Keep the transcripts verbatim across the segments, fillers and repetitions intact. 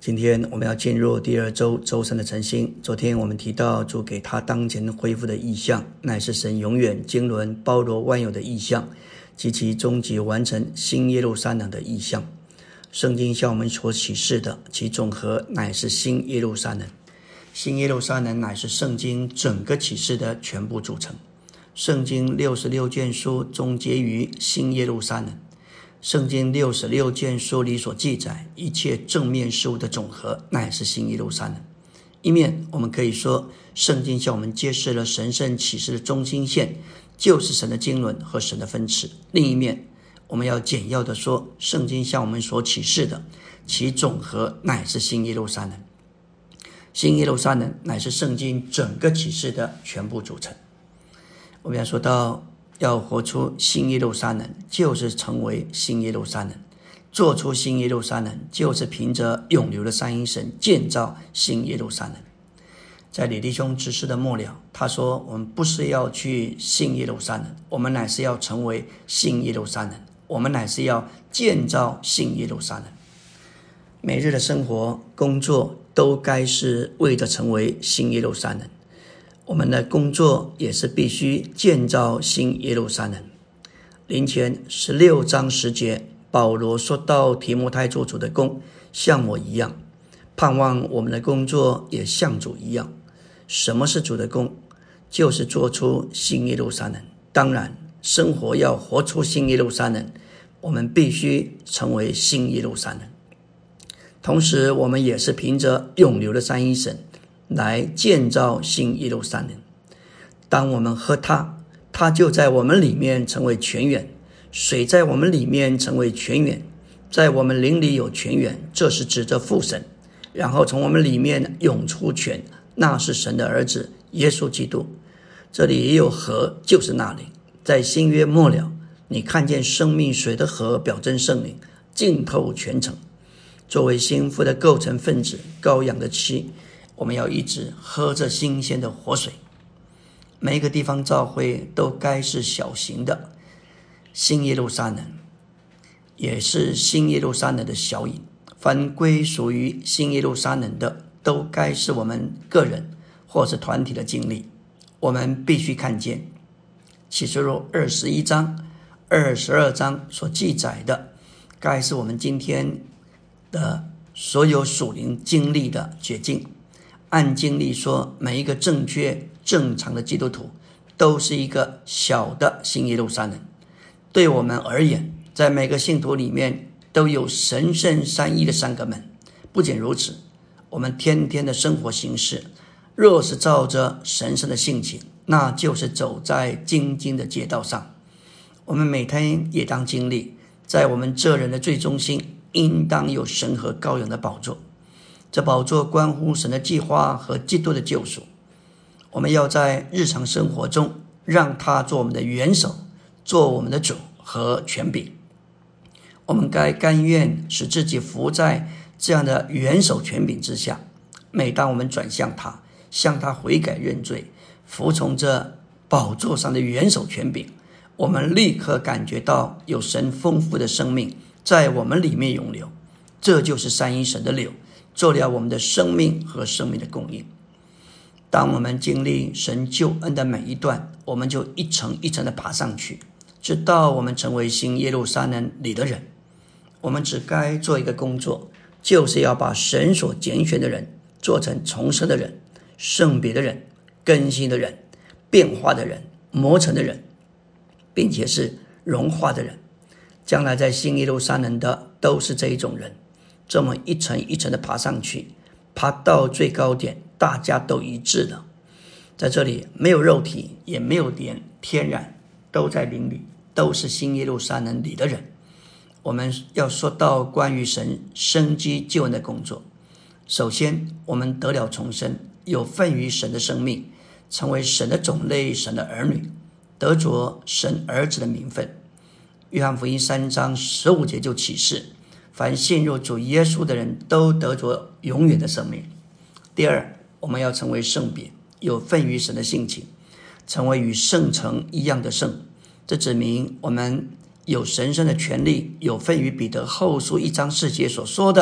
今天我们要进入第二周周三的晨星。昨天我们提到主给他当前恢复的意象，乃是神永远经纶包罗万有的意象，及其终极完成新耶路撒冷的意象。圣经向我们所启示的，其总和乃是新耶路撒冷。新耶路撒冷乃是圣经整个启示的全部组成。圣经六十六卷书终结于新耶路撒冷。圣经六十六卷书里所记载一切正面事物的总和，乃是新耶路撒冷。一面我们可以说，圣经向我们揭示了神圣启示的中心线，就是神的经纶和神的分赐。另一面我们要简要的说，圣经向我们所启示的，其总和乃是新耶路撒冷。新耶路撒冷乃是圣经整个启示的全部组成。我们要说到要活出新耶路撒冷，就是成为新耶路撒冷。做出新耶路撒冷，就是凭着永留的三一神建造新耶路撒冷。在李弟兄执事的末了，他说，我们不是要去新耶路撒冷，我们乃是要成为新耶路撒冷，我们乃是要建造新耶路撒冷。每日的生活工作都该是为着成为新耶路撒冷，我们的工作也是必须建造新耶路撒冷。林前十六章十节，保罗说到提摩太做主的工，像我一样，盼望我们的工作也像主一样。什么是主的工？就是做出新耶路撒冷。当然，生活要活出新耶路撒冷，我们必须成为新耶路撒冷。同时，我们也是凭着永留的三一神来建造新耶路撒冷。当我们喝它，它就在我们里面成为泉源，水在我们里面成为泉源，在我们灵里有泉源，这是指着父神，然后从我们里面涌出泉，那是神的儿子耶稣基督。这里也有河，就是那里。在新约末了，你看见生命水的河表征圣灵，浸透全城。作为新妇的构成分子，羔羊的妻，我们要一直喝着新鲜的活水。每一个地方教会都该是小型的新耶路撒冷，也是新耶路撒冷的小影。凡归属于新耶路撒冷的，都该是我们个人或是团体的经历。我们必须看见启示录二十一章、二十二章所记载的，该是我们今天的所有属灵经历的捷径。按经历说，每一个正确正常的基督徒都是一个小的新耶路撒冷。对我们而言，在每个信徒里面都有神圣三一的三个门。不仅如此，我们天天的生活形式若是照着神圣的性情，那就是走在精进的街道上。我们每天也当经历，在我们这人的最中心应当有神和羔羊的宝座。这宝座关乎神的计划和基督的救赎。我们要在日常生活中让他做我们的元首，做我们的主和权柄。我们该甘愿使自己服在这样的元首权柄之下。每当我们转向他，向他悔改认罪，服从这宝座上的元首权柄，我们立刻感觉到有神丰富的生命在我们里面涌流。这就是三一神的流，做了我们的生命和生命的供应。当我们经历神救恩的每一段，我们就一层一层的爬上去，直到我们成为新耶路撒冷里的人。我们只该做一个工作，就是要把神所拣选的人做成重生的人、圣别的人、更新的人、变化的人、磨成的人，并且是融化的人。将来在新耶路撒冷的都是这一种人。这么一层一层的爬上去，爬到最高点，大家都一致了。在这里没有肉体，也没有点天然，都在灵里，都是新耶路撒冷里的人。我们要说到关于神生机救恩的工作。首先，我们得了重生，有份于神的生命，成为神的种类，神的儿女，得着神儿子的名分。约翰福音三章十五节就启示，凡信入主耶稣的人都得着永远的生命。第二，我们要成为圣别，有份于神的性情，成为与圣城一样的圣。这指明我们有神圣的权利，有份于彼得后书一章四节所说的，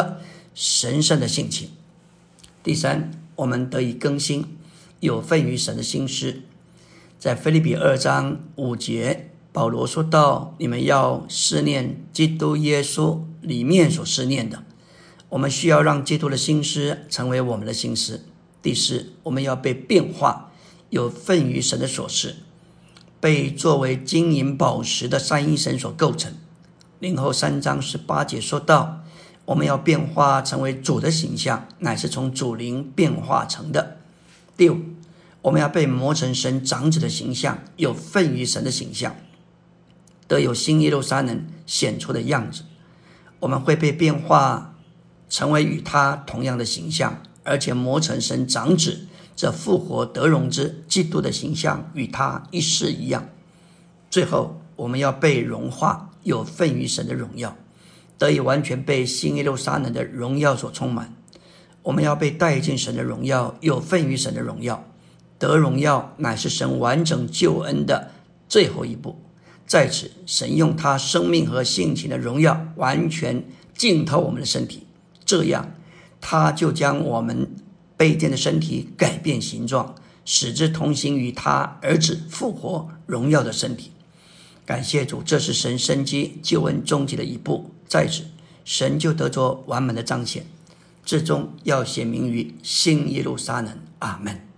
神圣的性情。第三，我们得以更新，有份于神的心思。在腓立比二章五节，保罗说到，你们要思念基督耶稣里面所思念的。我们需要让基督的心思成为我们的心思。第四，我们要被变化，有份于神的所事，被作为金银宝石的三一神所构成。林后三章十八节说到，我们要变化成为主的形象，乃是从主灵变化成的。第五，我们要被磨成神长子的形象，有份于神的形象，得有新耶路撒冷显出的样子。我们会被变化成为与他同样的形象，而且磨成神长子这复活得荣之基督的形象，与他一式一样。最后，我们要被融化，有份于神的荣耀，得以完全被新耶路撒冷的荣耀所充满。我们要被带进神的荣耀，有份于神的荣耀。得荣耀乃是神完整救恩的最后一步，在此神用他生命和性情的荣耀完全浸透我们的身体，这样他就将我们卑贱的身体改变形状，使之同行于他儿子复活荣耀的身体。感谢主，这是神生机救恩终极的一步，在此神就得着完满的彰显，至终要显明于新耶路撒冷。阿们。